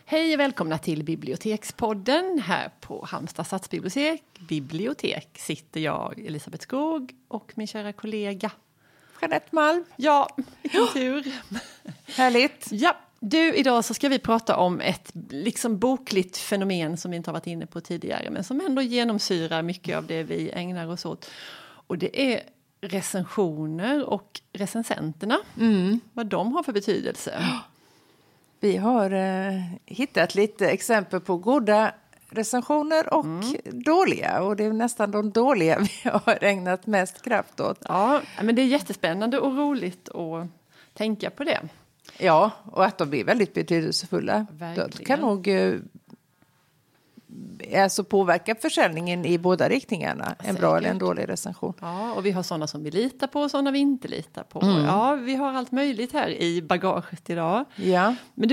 Hej och välkomna till Bibliotekspodden. Här på Halmstad stadsbibliotek sitter jag, Elisabeth Skog, och min kära kollega Jeanette Malm. Ja, vilken tur. Härligt. Ja, du, idag så ska vi prata om ett bokligt fenomen som vi inte har varit inne på tidigare, men som ändå genomsyrar mycket av det vi ägnar oss åt. Och det är recensioner och recensenterna. Vad de har för betydelse. Vi har hittat lite exempel på goda recensioner och dåliga. Och det är nästan de dåliga vi har ägnat mest kraft åt. Ja, men det är jättespännande och roligt att tänka på det. Ja, och att de blir väldigt betydelsefulla. Verkligen. Det kan nog påverka försäljningen i båda riktningarna. En bra eller en dålig recension. Ja, och vi har sådana som vi litar på och sådana vi inte litar på. Ja, vi har allt möjligt här i bagaget idag. Ja. Men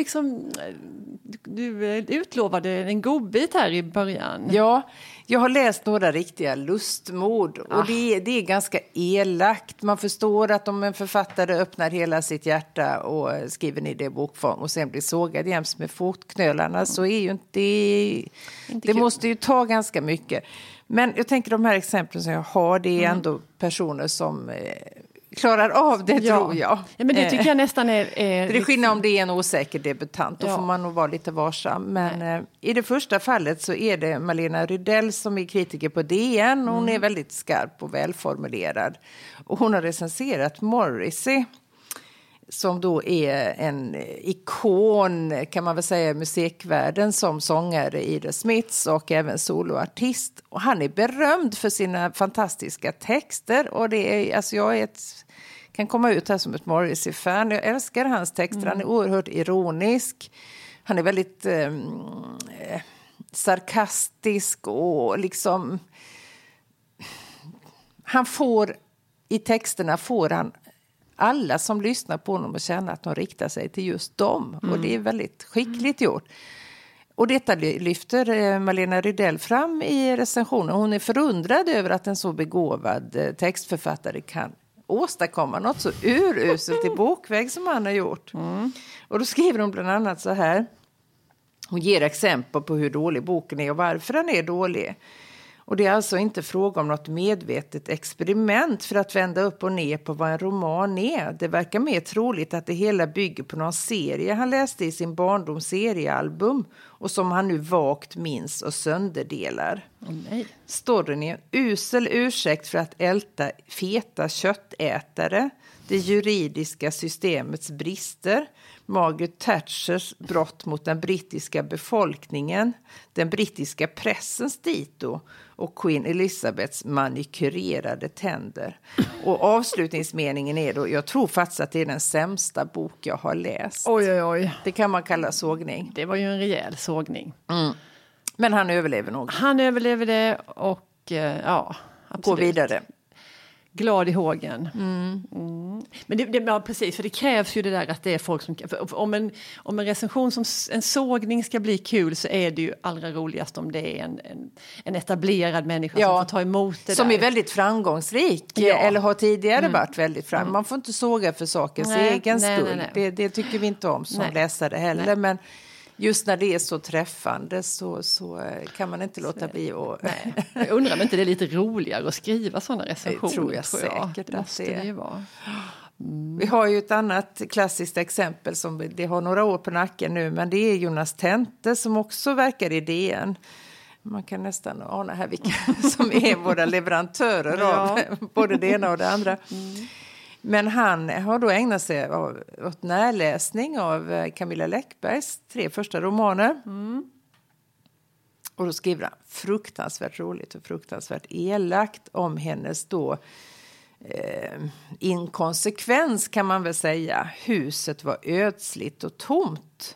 du utlovade en godbit här i början. Ja, jag har läst några riktiga lustmord. Och det är ganska elakt. Man förstår att om en författare öppnar hela sitt hjärta och skriver ner det i bokform och sen blir sågad jäms med fotknölarna så är ju inte det måste ju ta ganska mycket. Men jag tänker de här exemplen som jag har, det är ändå personer som klarar av det, tror jag. Ja, men det tycker jag nästan är det är skillnad om det är en osäker debutant. Då får man nog vara lite varsam. Men i det första fallet så är det Malena Rydell som är kritiker på DN. Hon är väldigt skarp och välformulerad. Och hon har recenserat Morrissey, som då är en ikon, kan man väl säga, i musikvärlden som sångare i The Smiths och även soloartist. Och han är berömd för sina fantastiska texter. Och det är, kan komma ut här som ett Morrissey-fan. Jag älskar hans texter. Han är oerhört ironisk. Han är väldigt sarkastisk och liksom... I texterna får han alla som lyssnar på honom och känner att de riktar sig till just dem. Och det är väldigt skickligt gjort. Och detta lyfter Malena Rydell fram i recensionen. Hon är förundrad över att en så begåvad textförfattare kan åstadkomma något så uruselt i bokväg som han har gjort. Och då skriver hon bland annat så här. Hon ger exempel på hur dålig boken är och varför den är dålig. Och det är alltså inte fråga om något medvetet experiment för att vända upp och ner på vad en roman är. Det verkar mer troligt att det hela bygger på någon serie han läste i sin barndoms seriealbum och som han nu vagt minns och sönderdelar. Storyn är en usel ursäkt för att älta feta köttätare, det juridiska systemets brister, Margaret Thatchers brott mot den brittiska befolkningen, den brittiska pressens dito och Queen Elizabeths manikurerade tänder. Och avslutningsmeningen är då, jag tror faktiskt att det är den sämsta bok jag har läst. Oj. Det kan man kalla sågning. Det var ju en rejäl sågning. Men han överlever nog. Han överlever det och absolut. Går vidare. Glad i hågen. Men precis, för det krävs ju det där att det är folk som... Om en recension som en sågning ska bli kul så är det ju allra roligast om det är en etablerad människa som får ta emot det som där. är väldigt framgångsrik eller har tidigare varit väldigt framgångsrik. Man får inte såga för sakens egen skull. Nej. Det tycker vi inte om som läsare heller. Nej. Men just när det är så träffande så kan man inte låta bli att... Jag undrar om inte det är lite roligare att skriva sådana recensioner. Det tror jag säkert det måste det ju vara. Vi har ju ett annat klassiskt exempel som det har några år på nacken nu, men det är Jonas Tente som också verkar i DN. Man kan nästan ana här vilka som är våra leverantörer av både det ena och det andra. Men han har då ägnat sig åt närläsning av Camilla Läckbergs 3 första romaner. Och då skriver han fruktansvärt roligt och fruktansvärt elakt om hennes då inkonsekvens, kan man väl säga. Huset var ödsligt och tomt,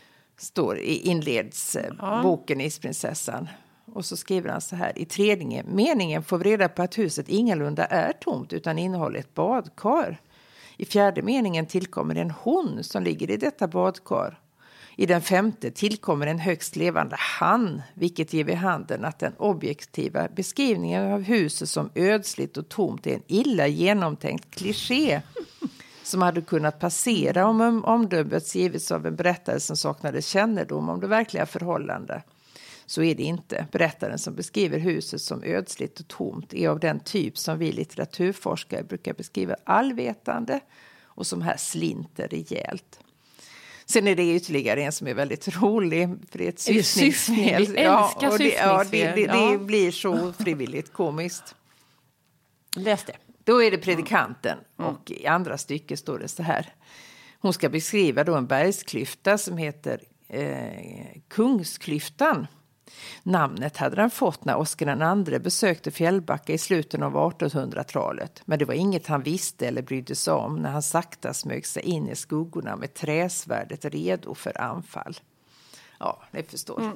inleds boken Isprinsessan. Och så skriver han så här: i tredje meningen får vi reda på att huset ingalunda är tomt utan innehåller ett badkar. I fjärde meningen tillkommer en hon som ligger i detta badkar. I den femte tillkommer en högst levande han, vilket ger vid handen att den objektiva beskrivningen av huset som ödsligt och tomt är en illa genomtänkt kliché. som hade kunnat passera om omdömet givits av en berättare som saknade kännedom om det verkliga förhållande. Så är det inte. Berättaren som beskriver huset som ödsligt och tomt är av den typ som vi litteraturforskare brukar beskriva allvetande och som här slinter rejält. Sen är det ytterligare en som är väldigt rolig, för det är ett syftningsfel. Det blir så frivilligt komiskt. Läs det. Då är det predikanten och i andra stycket står det så här. Hon ska beskriva då en bergsklyfta som heter Kungsklyftan. Namnet hade den fått när Oscar II besökte Fjällbacka i slutet av 1800-talet. Men det var inget han visste eller brydde sig om när han sakta smög sig in i skuggorna med träsvärdet redo för anfall. Ja, ni förstår.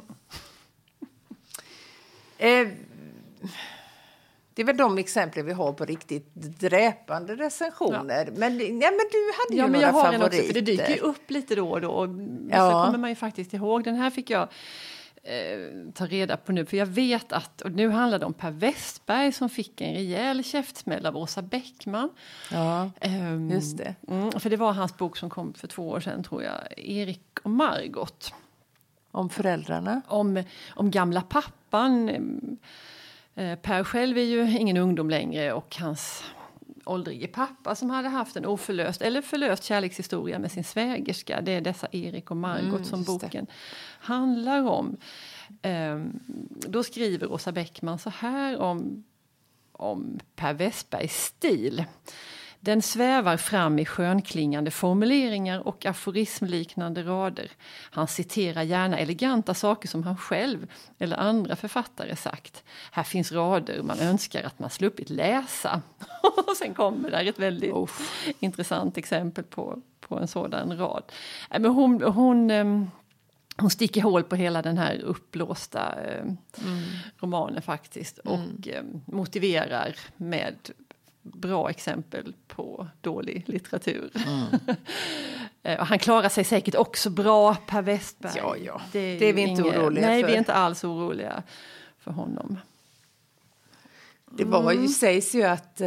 Det är väl de exempel vi har på riktigt dräpande recensioner. Ja. Men du hade ju några favoriter. Också, för det dyker ju upp lite då och då. Och så kommer man ju faktiskt ihåg. Den här fick jag ta reda på nu. För jag vet att, och nu handlar det om Per Westberg som fick en rejäl käftsmäll av Åsa Bäckman. Ja, just det. För det var hans bok som kom för 2 år sedan, tror jag. Erik och Margot. Om föräldrarna? Om gamla pappan. Per själv är ju ingen ungdom längre och hans åldrige pappa som hade haft en oförlöst eller förlöst kärlekshistoria med sin svägerska. Det är dessa Erik och Margot som boken handlar om. Då skriver Åsa Bäckman så här om Per Westbergs stil. Den svävar fram i skönklingande formuleringar och aforismliknande rader. Han citerar gärna eleganta saker som han själv eller andra författare sagt. Här finns rader man önskar att man sluppit läsa. Och sen kommer där ett väldigt intressant exempel på en sådan rad. Men hon sticker hål på hela den här uppblåsta romanen faktiskt. Och motiverar med bra exempel på dålig litteratur. Och han klarar sig säkert också bra, Per Westberg. Ja. Det är vi inte oroliga för. Nej, vi är inte alls oroliga för honom. Det var ju, sägs ju att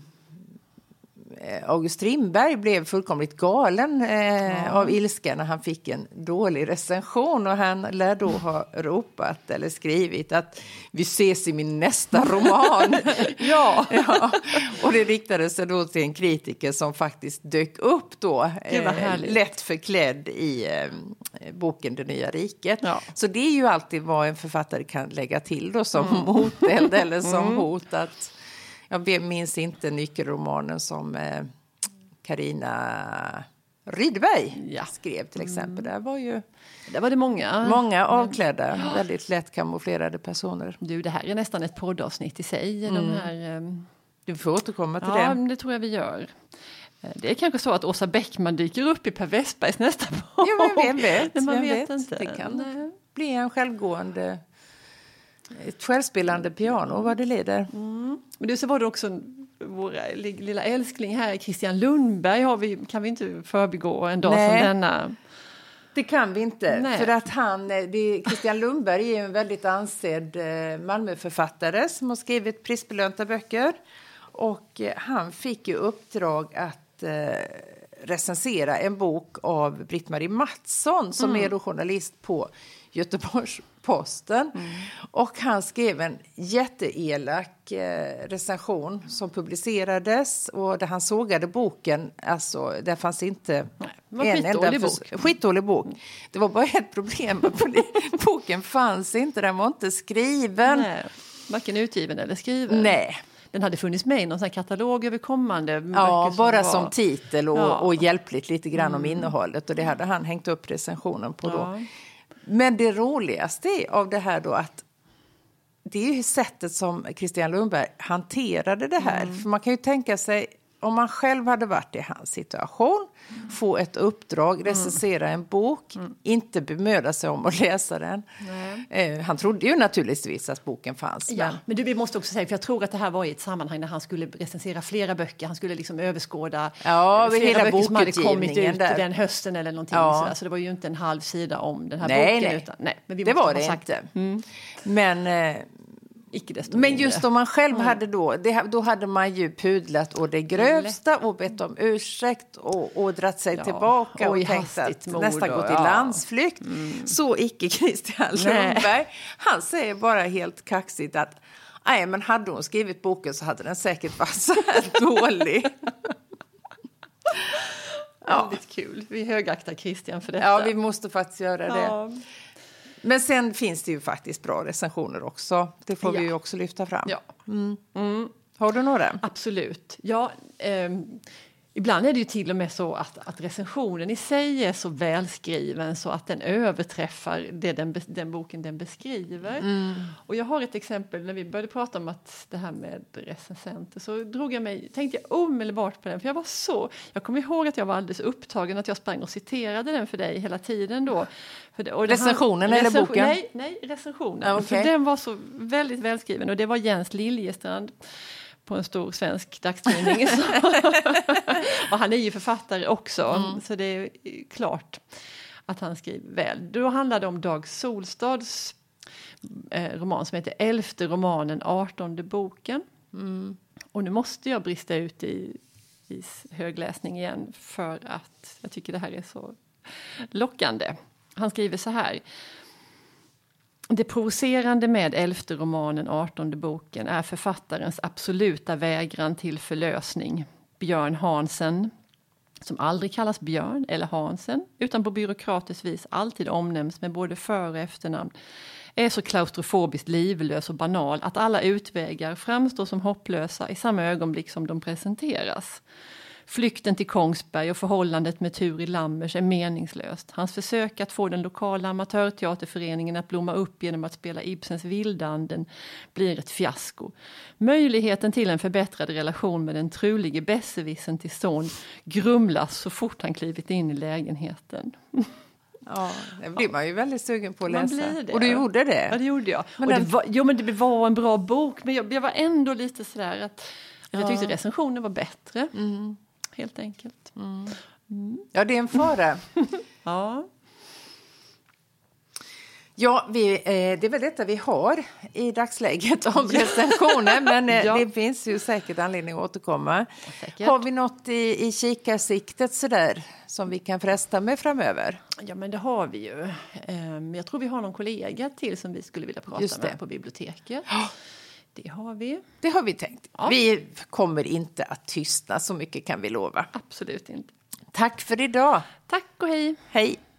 August Strindberg blev fullkomligt galen av ilska när han fick en dålig recension, och han lär då ha ropat eller skrivit att vi ses i min nästa roman. ja. Och det riktade sig då till en kritiker som faktiskt dök upp då lätt förklädd i boken Det nya riket. Ja. Så det är ju alltid vad en författare kan lägga till då som moteld eller som hot att jag minns inte nyckelromanen som Carina Rydberg skrev till exempel. Där var det många avklädda, väldigt lätt kamouflerade personer. Du, det här är nästan ett poddavsnitt i sig. De här, du får återkomma till det. Ja, det tror jag vi gör. Det är kanske så att Åsa Bäckman dyker upp i Per Westbergs nästa bok. Ja, men vem vet? Men man vet inte. Det kan bli en självgående... Ett självspelande piano, vad det leder. Men det så var det också vår lilla älskling här, Christian Lundberg kan vi inte förbigå en dag som denna. Det kan vi inte. Nej. För att Christian Lundberg är en väldigt ansedd Malmöförfattare som har skrivit prisbelönta böcker. Och han fick ju uppdrag att recensera en bok av Britt-Marie Mattsson som är då journalist på Göteborgs-Posten. Och han skrev en jätteelak recension som publicerades, och där han sågade boken, alltså det fanns inte en enda skitdålig bok. Det var bara ett problem, boken fanns inte, den var inte skriven. Nej, varken utgiven eller skriven. Nej. Den hade funnits med i någon sån här katalog över kommande böcker. Ja, bara som titel och hjälpligt lite grann om innehållet, och det hade han hängt upp recensionen på då. Men det roligaste av det här då att det är ju sättet som Christian Lundberg hanterade det här. För man kan ju tänka sig, om man själv hade varit i hans situation, få ett uppdrag, recensera en bok, inte bemöda sig om att läsa den. Han trodde ju naturligtvis att boken fanns. Ja, men vi måste också säga, för jag tror att det här var i ett sammanhang när han skulle recensera flera böcker. Han skulle liksom överskåda flera hela böcker som hade kommit ut där. Den hösten eller någonting. Så det var ju inte en halv sida om den här boken. Nej. Utan, men vi det måste var det ha sagt inte. Men... icke desto Men mindre. just om man själv hade då hade man ju pudlat och det grövsta och bett om ursäkt och dratt sig tillbaka och tänkt att nästan gå till landsflykt. Så icke Christian Lundberg. Han säger bara helt kaxigt att nej, men hade hon skrivit boken så hade den säkert varit så här dålig. Väldigt kul. Vi högaktar Christian för detta. Ja, vi måste faktiskt göra det. Men sen finns det ju faktiskt bra recensioner också. Det får vi ju också lyfta fram. Ja. Har du några? Absolut. Ja, ibland är det ju till och med så att recensionen i sig är så välskriven så att den överträffar den boken den beskriver. Och jag har ett exempel när vi började prata om att det här med recensenter så tänkte jag omedelbart på den, för jag kommer ihåg att jag var alldeles upptagen att jag sprang och citerade den för dig hela tiden då. Recensionen eller boken? Nej, recensionen. För den var så väldigt välskriven och det var Jens Liljestrand på en stor svensk dagstidning. Och han är ju författare också, så det är klart att han skriver väl. Då handlade det om Dag Solstads roman som heter 11:e romanen, 18:e boken. Och nu måste jag brista ut i högläsning igen för att jag tycker det här är så lockande. Han skriver så här: det provocerande med 11:e romanen, 18:e boken är författarens absoluta vägran till förlösning. Björn Hansen, som aldrig kallas Björn eller Hansen, utan på byråkratiskt vis alltid omnämns med både för- och efternamn, är så klaustrofobiskt livlös och banal att alla utvägar framstår som hopplösa i samma ögonblick som de presenteras. Flykten till Kongsberg och förhållandet med Turi Lammers är meningslöst. Hans försök att få den lokala amatörteaterföreningen att blomma upp genom att spela Ibsens Vildanden blir ett fiasko. Möjligheten till en förbättrad relation med den trulige besserwissern till son grumlas så fort han klivit in i lägenheten. Ja, det blir man ju väldigt sugen på att läsa. Man blir det. Och du gjorde det? Ja, det gjorde jag. Men det var en bra bok, men jag var ändå lite sådär att jag tyckte recensionen var bättre. Helt enkelt. Ja, det är en fara. Ja, det är väl detta vi har i dagsläget om recensioner, men det finns ju säkert anledning att återkomma. Säkert. Har vi något i kikarsiktet sådär som vi kan fresta med framöver? Ja, men det har vi ju. Jag tror vi har någon kollega till som vi skulle vilja prata med på biblioteket. Det har vi. Det har vi tänkt. Ja. Vi kommer inte att tystna, så mycket kan vi lova. Absolut inte. Tack för idag. Tack och hej. Hej.